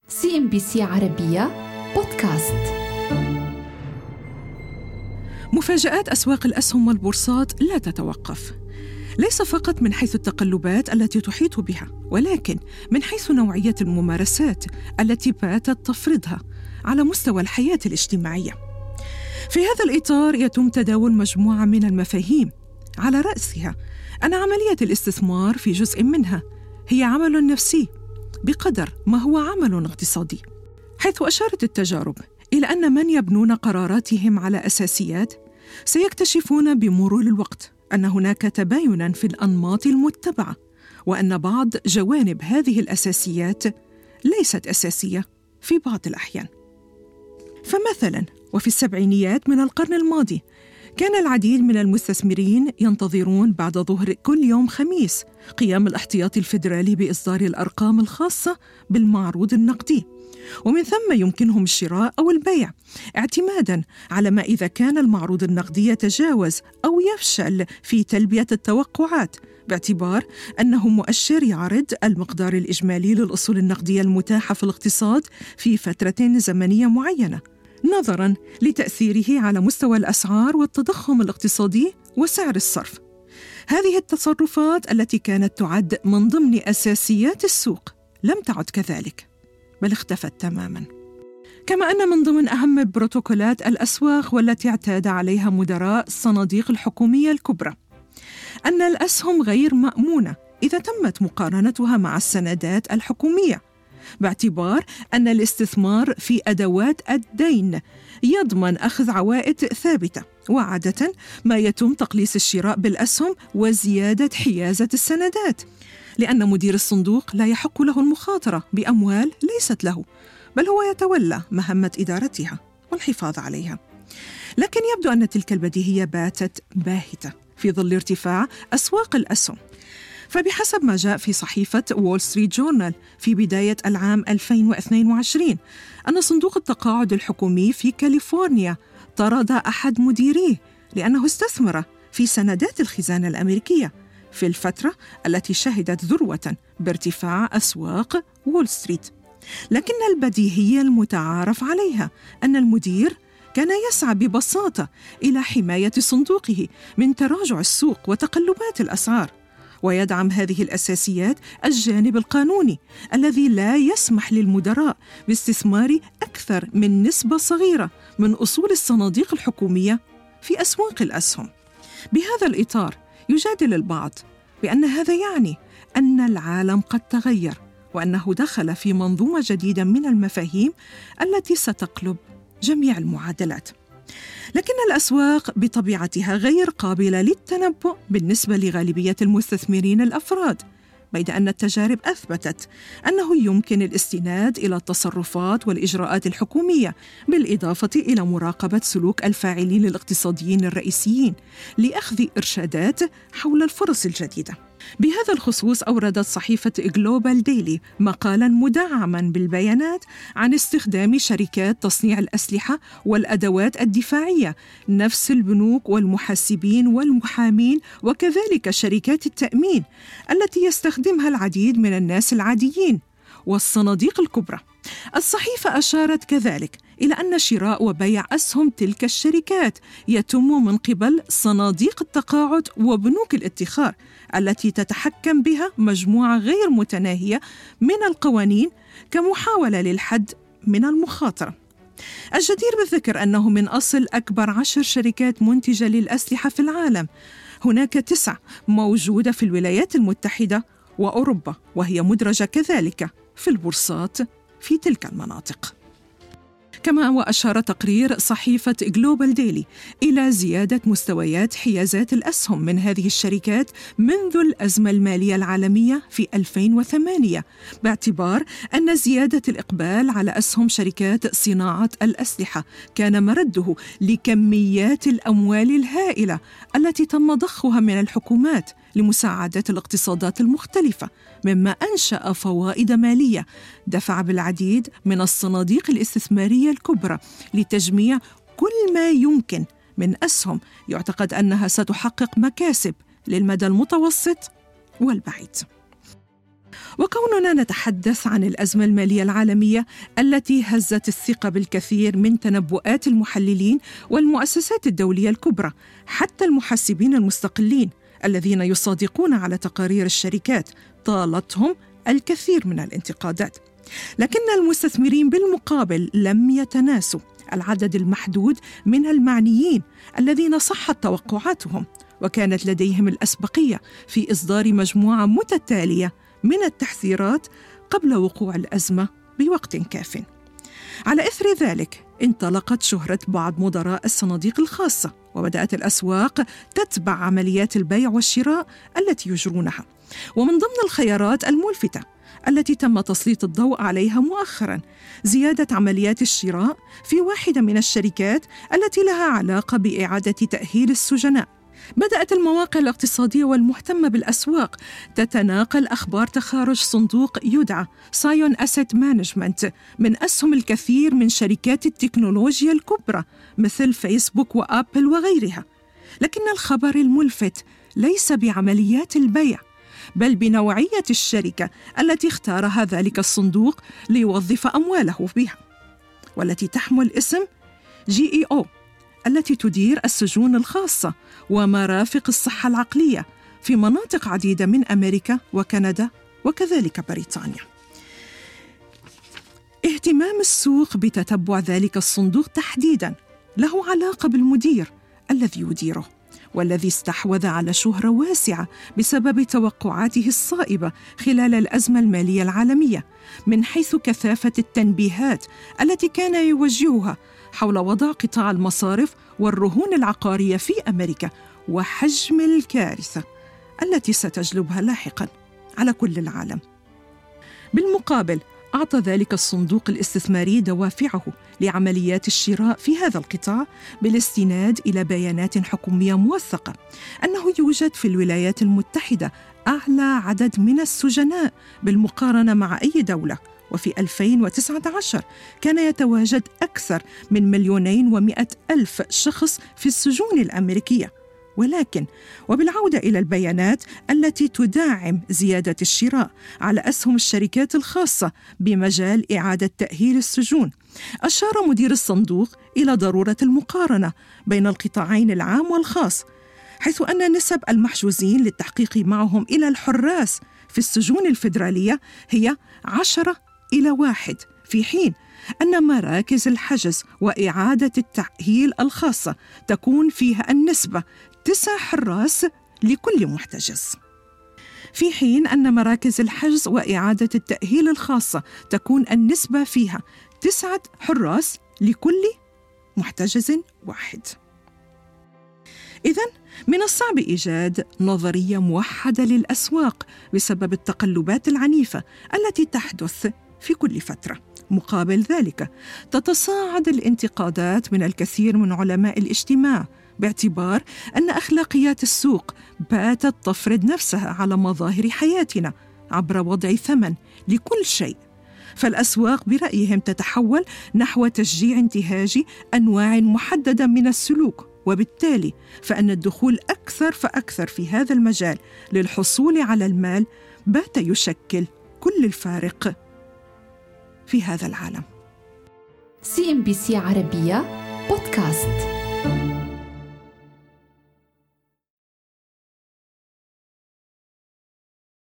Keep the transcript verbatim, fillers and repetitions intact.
سي إم بي سي عربية بودكاست. مفاجآت أسواق الأسهم والبورصات لا تتوقف، ليس فقط من حيث التقلبات التي تحيط بها، ولكن من حيث نوعية الممارسات التي باتت تفرضها على مستوى الحياة الاجتماعية. في هذا الإطار يتم تداول مجموعة من المفاهيم، على رأسها أن عملية الاستثمار في جزء منها هي عمل نفسي بقدر ما هو عمل اقتصادي، حيث أشارت التجارب إلى أن من يبنون قراراتهم على أساسيات سيكتشفون بمرور الوقت أن هناك تبايناً في الأنماط المتبعة، وأن بعض جوانب هذه الأساسيات ليست أساسية في بعض الأحيان. فمثلاً وفي السبعينيات من القرن الماضي كان العديد من المستثمرين ينتظرون بعد ظهر كل يوم خميس قيام الاحتياطي الفيدرالي بإصدار الأرقام الخاصة بالمعروض النقدي، ومن ثم يمكنهم الشراء أو البيع اعتماداً على ما إذا كان المعروض النقدي يتجاوز أو يفشل في تلبية التوقعات، باعتبار أنه مؤشر يعرض المقدار الإجمالي للأصول النقدية المتاحة في الاقتصاد في فترة زمنية معينة، نظراً لتأثيره على مستوى الأسعار والتضخم الاقتصادي وسعر الصرف. هذه التصرفات التي كانت تعد من ضمن أساسيات السوق لم تعد كذلك، بل اختفت تماماً. كما أن من ضمن أهم بروتوكولات الأسواق والتي اعتاد عليها مدراء الصناديق الحكومية الكبرى أن الأسهم غير مأمونة إذا تمت مقارنتها مع السندات الحكومية، باعتبار أن الاستثمار في أدوات الدين يضمن أخذ عوائد ثابتة، وعادة ما يتم تقليص الشراء بالأسهم وزيادة حيازة السندات، لأن مدير الصندوق لا يحق له المخاطرة بأموال ليست له، بل هو يتولى مهمة إدارتها والحفاظ عليها. لكن يبدو أن تلك البديهية باتت باهتة في ظل ارتفاع أسواق الأسهم. فبحسب ما جاء في صحيفة وول ستريت جورنال في بداية العام ألفين واثنين وعشرين أن صندوق التقاعد الحكومي في كاليفورنيا طرد أحد مديريه لأنه استثمر في سندات الخزانة الأمريكية في الفترة التي شهدت ذروة بارتفاع أسواق وول ستريت. لكن البديهية المتعارف عليها أن المدير كان يسعى ببساطة إلى حماية صندوقه من تراجع السوق وتقلبات الأسعار، ويدعم هذه الأساسيات الجانب القانوني الذي لا يسمح للمدراء باستثمار أكثر من نسبة صغيرة من أصول الصناديق الحكومية في أسواق الأسهم. بهذا الإطار يجادل البعض بأن هذا يعني أن العالم قد تغير، وأنه دخل في منظومة جديدة من المفاهيم التي ستقلب جميع المعادلات. لكن الأسواق بطبيعتها غير قابلة للتنبؤ بالنسبة لغالبية المستثمرين الأفراد، بيد أن التجارب أثبتت أنه يمكن الاستناد إلى التصرفات والإجراءات الحكومية، بالإضافة إلى مراقبة سلوك الفاعلين الاقتصاديين الرئيسيين لأخذ إرشادات حول الفرص الجديدة. بهذا الخصوص أوردت صحيفة جلوبال ديلي مقالاً مدعماً بالبيانات عن استخدام شركات تصنيع الأسلحة والأدوات الدفاعية، نفس البنوك والمحاسبين والمحامين وكذلك شركات التأمين التي يستخدمها العديد من الناس العاديين والصناديق الكبرى. الصحيفة أشارت كذلك إلى أن شراء وبيع أسهم تلك الشركات يتم من قبل صناديق التقاعد وبنوك الادخار التي تتحكم بها مجموعة غير متناهية من القوانين كمحاولة للحد من المخاطرة. الجدير بالذكر أنه من أصل أكبر عشر شركات منتجة للأسلحة في العالم، هناك تسع موجودة في الولايات المتحدة وأوروبا، وهي مدرجة كذلك في البورصات في تلك المناطق. كما وأشار تقرير صحيفة جلوبال ديلي إلى زيادة مستويات حيازات الأسهم من هذه الشركات منذ الأزمة المالية العالمية في ألفين وثمانية، باعتبار أن زيادة الإقبال على أسهم شركات صناعة الأسلحة كان مرده لكميات الأموال الهائلة التي تم ضخها من الحكومات لمساعدة الاقتصادات المختلفة، مما أنشأ فوائد مالية دفع بالعديد من الصناديق الاستثمارية الكبرى لتجميع كل ما يمكن من أسهم يعتقد أنها ستحقق مكاسب للمدى المتوسط والبعيد. وكوننا نتحدث عن الأزمة المالية العالمية التي هزت الثقة بالكثير من تنبؤات المحللين والمؤسسات الدولية الكبرى، حتى المحاسبين المستقلين الذين يصادقون على تقارير الشركات طالتهم الكثير من الانتقادات. لكن المستثمرين بالمقابل لم يتناسوا العدد المحدود من المعنيين الذين صحت توقعاتهم، وكانت لديهم الأسبقية في إصدار مجموعة متتالية من التحذيرات قبل وقوع الأزمة بوقت كاف. على إثر ذلك انطلقت شهرة بعض مدراء الصناديق الخاصة، وبدأت الأسواق تتبع عمليات البيع والشراء التي يجرونها. ومن ضمن الخيارات الملفتة التي تم تسليط الضوء عليها مؤخراً زيادة عمليات الشراء في واحدة من الشركات التي لها علاقة بإعادة تأهيل السجناء. بدأت المواقع الاقتصادية والمهتمة بالأسواق تتناقل أخبار تخارج صندوق يدعى سايون أسيت مانجمنت من أسهم الكثير من شركات التكنولوجيا الكبرى مثل فيسبوك وآبل وغيرها. لكن الخبر الملفت ليس بعمليات البيع، بل بنوعية الشركة التي اختارها ذلك الصندوق ليوظف أمواله بها، والتي تحمل اسم جي إي أو، التي تدير السجون الخاصة ومرافق الصحة العقلية في مناطق عديدة من أمريكا وكندا وكذلك بريطانيا. اهتمام السوق بتتبع ذلك الصندوق تحديداً له علاقة بالمدير الذي يديره، والذي استحوذ على شهرة واسعة بسبب توقعاته الصائبة خلال الأزمة المالية العالمية، من حيث كثافة التنبيهات التي كان يوجهها حول وضع قطاع المصارف والرهون العقارية في أمريكا وحجم الكارثة التي ستجلبها لاحقاً على كل العالم. بالمقابل أعطى ذلك الصندوق الاستثماري دوافعه لعمليات الشراء في هذا القطاع بالاستناد إلى بيانات حكومية موثقة أنه يوجد في الولايات المتحدة أعلى عدد من السجناء بالمقارنة مع أي دولة، وفي ألفين وتسعة عشر كان يتواجد أكثر من مليونين ومئة ألف شخص في السجون الأمريكية. ولكن وبالعودة إلى البيانات التي تدعم زيادة الشراء على أسهم الشركات الخاصة بمجال إعادة تأهيل السجون، أشار مدير الصندوق إلى ضرورة المقارنة بين القطاعين العام والخاص، حيث أن نسب المحجوزين للتحقيق معهم إلى الحراس في السجون الفيدرالية هي عشرة إلى واحد، في حين أن مراكز الحجز وإعادة التأهيل الخاصة تكون فيها النسبة تسع حراس لكل محتجز، في حين أن مراكز الحجز وإعادة التأهيل الخاصة تكون النسبة فيها تسعة حراس لكل محتجز واحد. إذن من الصعب إيجاد نظرية موحدة للأسواق بسبب التقلبات العنيفة التي تحدث في كل فترة. مقابل ذلك تتصاعد الانتقادات من الكثير من علماء الاجتماع باعتبار أن أخلاقيات السوق باتت تفرض نفسها على مظاهر حياتنا عبر وضع ثمن لكل شيء، فالأسواق برأيهم تتحول نحو تشجيع انتهاج أنواع محددة من السلوك، وبالتالي فإن الدخول أكثر فأكثر في هذا المجال للحصول على المال بات يشكل كل الفارق في هذا العالم. سي إم بي سي عربية بودكاست.